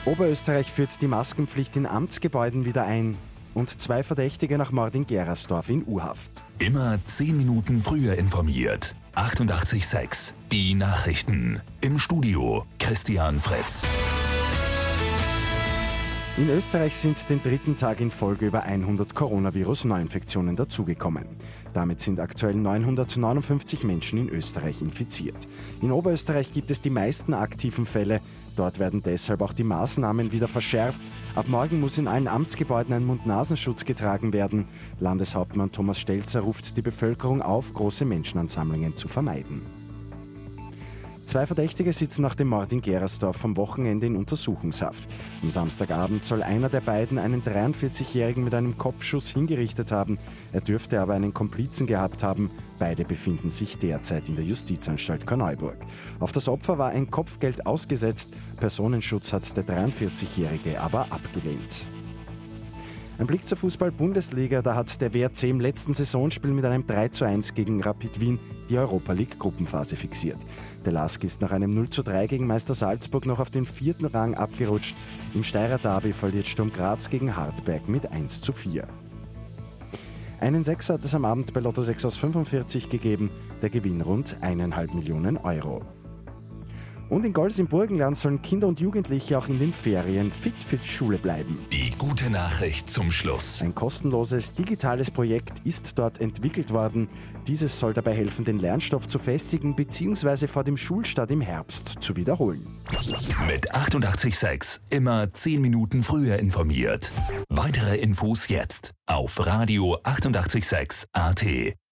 Oberösterreich führt die Maskenpflicht in Amtsgebäuden wieder ein. Und 2 Verdächtige nach Mord in Gerersdorf in U-Haft. Immer 10 Minuten früher informiert. 88,6. Die Nachrichten. Im Studio Christian Fritz. In Österreich sind den 3. Tag in Folge über 100 Coronavirus-Neuinfektionen dazugekommen. Damit sind aktuell 959 Menschen in Österreich infiziert. In Oberösterreich gibt es die meisten aktiven Fälle. Dort werden deshalb auch die Maßnahmen wieder verschärft. Ab morgen muss in allen Amtsgebäuden ein Mund-Nasenschutz getragen werden. Landeshauptmann Thomas Stelzer ruft die Bevölkerung auf, große Menschenansammlungen zu vermeiden. 2 Verdächtige sitzen nach dem Mord in Gerersdorf vom Wochenende in Untersuchungshaft. Am Samstagabend soll einer der beiden einen 43-Jährigen mit einem Kopfschuss hingerichtet haben. Er dürfte aber einen Komplizen gehabt haben. Beide befinden sich derzeit in der Justizanstalt Korneuburg. Auf das Opfer war ein Kopfgeld ausgesetzt. Personenschutz hat der 43-Jährige aber abgelehnt. Ein Blick zur Fußball-Bundesliga, da hat der WRC im letzten Saisonspiel mit einem 3:1 gegen Rapid Wien die Europa League-Gruppenphase fixiert. Der LASK ist nach einem 0:3 gegen Meister Salzburg noch auf den 4. Rang abgerutscht. Im Steirer Derby verliert Sturm Graz gegen Hartberg mit 1:4. Einen Sechser hat es am Abend bei Lotto 6 aus 45 gegeben, der Gewinn rund 1,5 Millionen Euro. Und in Gols im Burgenland sollen Kinder und Jugendliche auch in den Ferien fit für die Schule bleiben. Die gute Nachricht zum Schluss. Ein kostenloses digitales Projekt ist dort entwickelt worden. Dieses soll dabei helfen, den Lernstoff zu festigen bzw. vor dem Schulstart im Herbst zu wiederholen. Mit 88,6 immer 10 Minuten früher informiert. Weitere Infos jetzt auf Radio 88,6 AT.